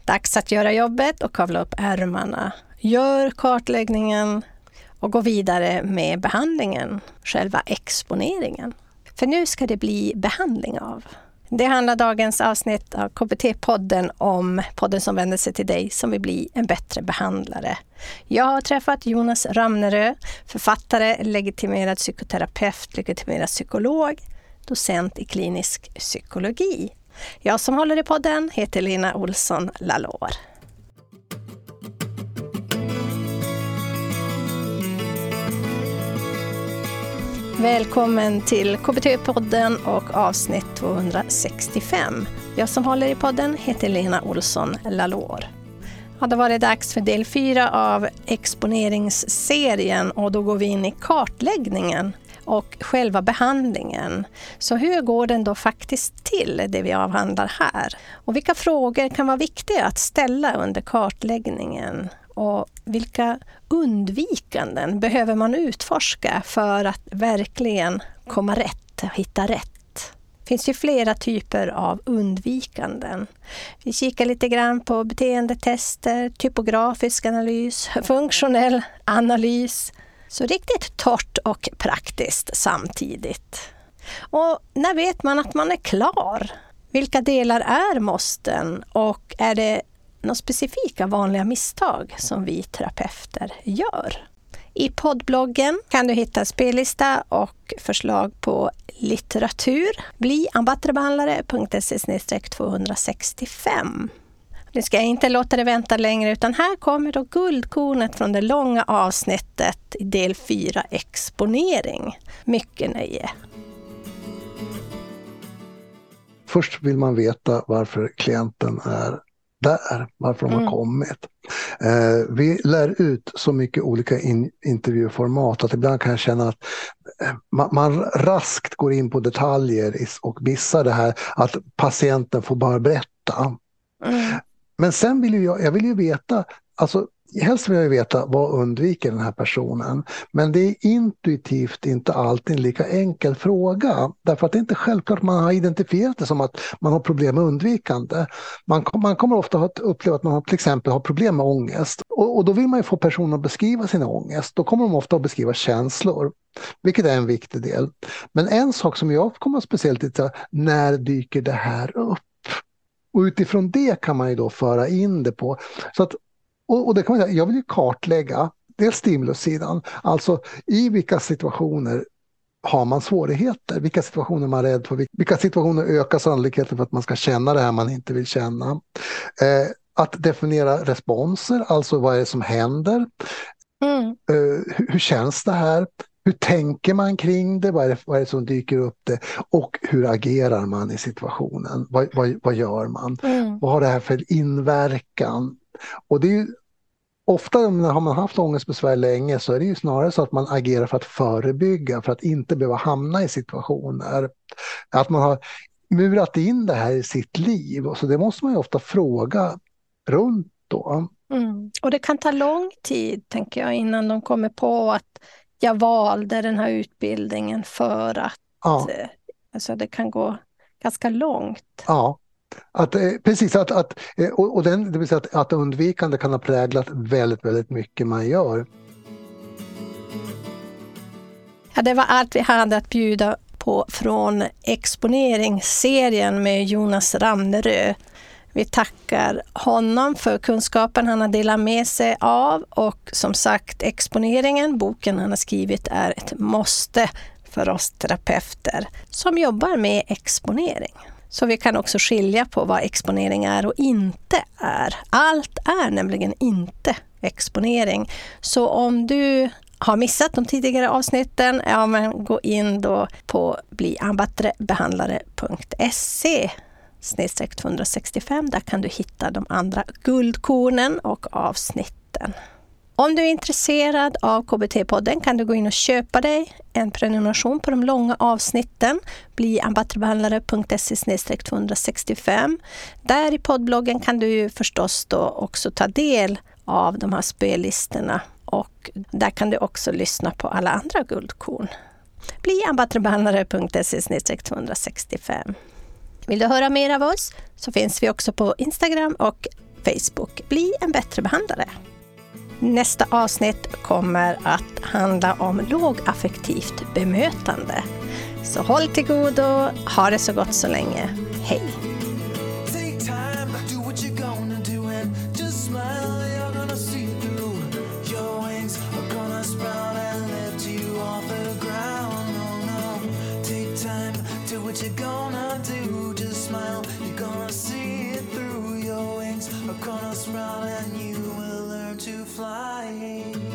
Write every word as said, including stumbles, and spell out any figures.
Dags att göra jobbet och kavla upp ärmarna. Gör kartläggningen och gå vidare med behandlingen, själva exponeringen. För nu ska det bli behandling av. Det handlar dagens avsnitt av K B T-podden om, podden som vänder sig till dig som vill bli en bättre behandlare. Jag har träffat Jonas Ramnerö, författare, legitimerad psykoterapeut, legitimerad psykolog, docent i klinisk psykologi. Jag som håller i podden heter Lena Olsson Lalor. Välkommen till K B T-podden och avsnitt tvåhundrasextiofem. Jag som håller i podden heter Lena Olsson Lalor. Ja, det var det dags för del fyra av exponeringsserien och då går vi in i kartläggningen och själva behandlingen. Så hur går den då faktiskt till, det vi avhandlar här? Och vilka frågor kan vara viktiga att ställa under kartläggningen? Och vilka undvikanden behöver man utforska för att verkligen komma rätt, hitta rätt? Det finns ju flera typer av undvikanden. Vi kikar lite grann på beteendetester, typografisk analys, funktionell analys. Så riktigt torrt och praktiskt samtidigt. Och när vet man att man är klar? Vilka delar är måsten och är det några specifika vanliga misstag som vi terapeuter gör? I poddbloggen kan du hitta spellista och förslag på litteratur. bli ambattrebehandlare punkt se slash tvåhundrasextiofem. Nu ska jag inte låta det vänta längre utan här kommer då guldkornet från det långa avsnittet i del fyra, exponering. Mycket nöje. Först vill man veta varför klienten är där, varför de har mm. kommit. Eh, vi lär ut så mycket olika in, intervjuformat att ibland kan jag känna att eh, man, man raskt går in på detaljer och missar det här att patienten får bara berätta. Mm. Men sen vill ju jag, jag vill ju veta, alltså helst vill jag ju veta vad undviker den här personen. Men det är intuitivt inte alltid en lika enkel fråga. Därför att det är inte självklart man har identifierat det som att man har problem med undvikande. Man, man kommer ofta att uppleva att man har, till exempel har problem med ångest. Och, och då vill man ju få personen att beskriva sin ångest. Då kommer de ofta att beskriva känslor. Vilket är en viktig del. Men en sak som jag kommer speciellt titta, när dyker det här upp? Och utifrån det kan man ju då föra in det på. Så att, och, och det kan man säga, jag vill ju kartlägga dels stimulussidan. Alltså i vilka situationer har man svårigheter? Vilka situationer är man rädd för? Vilka situationer ökar sannolikheten för att man ska känna det här man inte vill känna? Eh, att definiera responser, alltså vad är det som händer? Mm. Eh, hur, hur känns det här? Hur tänker man kring det? Vad är det, vad är det som dyker upp det? Och hur agerar man i situationen? Vad, vad, vad gör man? Mm. Vad har det här för inverkan? Och det är ju, ofta har man haft ångestbesvär länge så är det ju snarare så att man agerar för att förebygga, för att inte behöva hamna i situationer. Att man har murat in det här i sitt liv. Så det måste man ju ofta fråga runt då. Mm. Och det kan ta lång tid, tänker jag, innan de kommer på att jag valde den här utbildningen för att ja. Alltså det kan gå ganska långt. Ja, att, precis. Att, att, och, och den, det vill säga att, att undvikande kan ha präglat väldigt, väldigt mycket man gör. Ja, det var allt vi hade att bjuda på från exponeringsserien med Jonas Ramnerö. Vi tackar honom för kunskapen han har delat med sig av och som sagt exponeringen, boken han har skrivit, är ett måste för oss terapeuter som jobbar med exponering. Så vi kan också skilja på vad exponering är och inte är. Allt är nämligen inte exponering. Så om du har missat de tidigare avsnitten, ja men gå in då på bli ambattrebehandlare punkt se snedstreck tvåhundrasextiofem. Där kan du hitta de andra guldkornen och avsnitten. Om du är intresserad av K B T-podden kan du gå in och köpa dig en prenumeration på de långa avsnitten. bli ambattrebehandlare punkt se snedstreck tvåhundrasextiofem. Där i poddbloggen kan du ju förstås då också ta del av de här spellistorna. Och där kan du också lyssna på alla andra guldkorn. bli ambattrebehandlare punkt se snedstreck tvåhundrasextiofem. Vill du höra mer av oss så finns vi också på Instagram och Facebook. Bli en bättre behandlare. Nästa avsnitt kommer att handla om lågaffektivt bemötande. Så håll till godo, ha det så gott så länge. Hej! What you gonna do? Just smile, you're gonna see it through. Your wings are gonna sprout and you will learn to fly.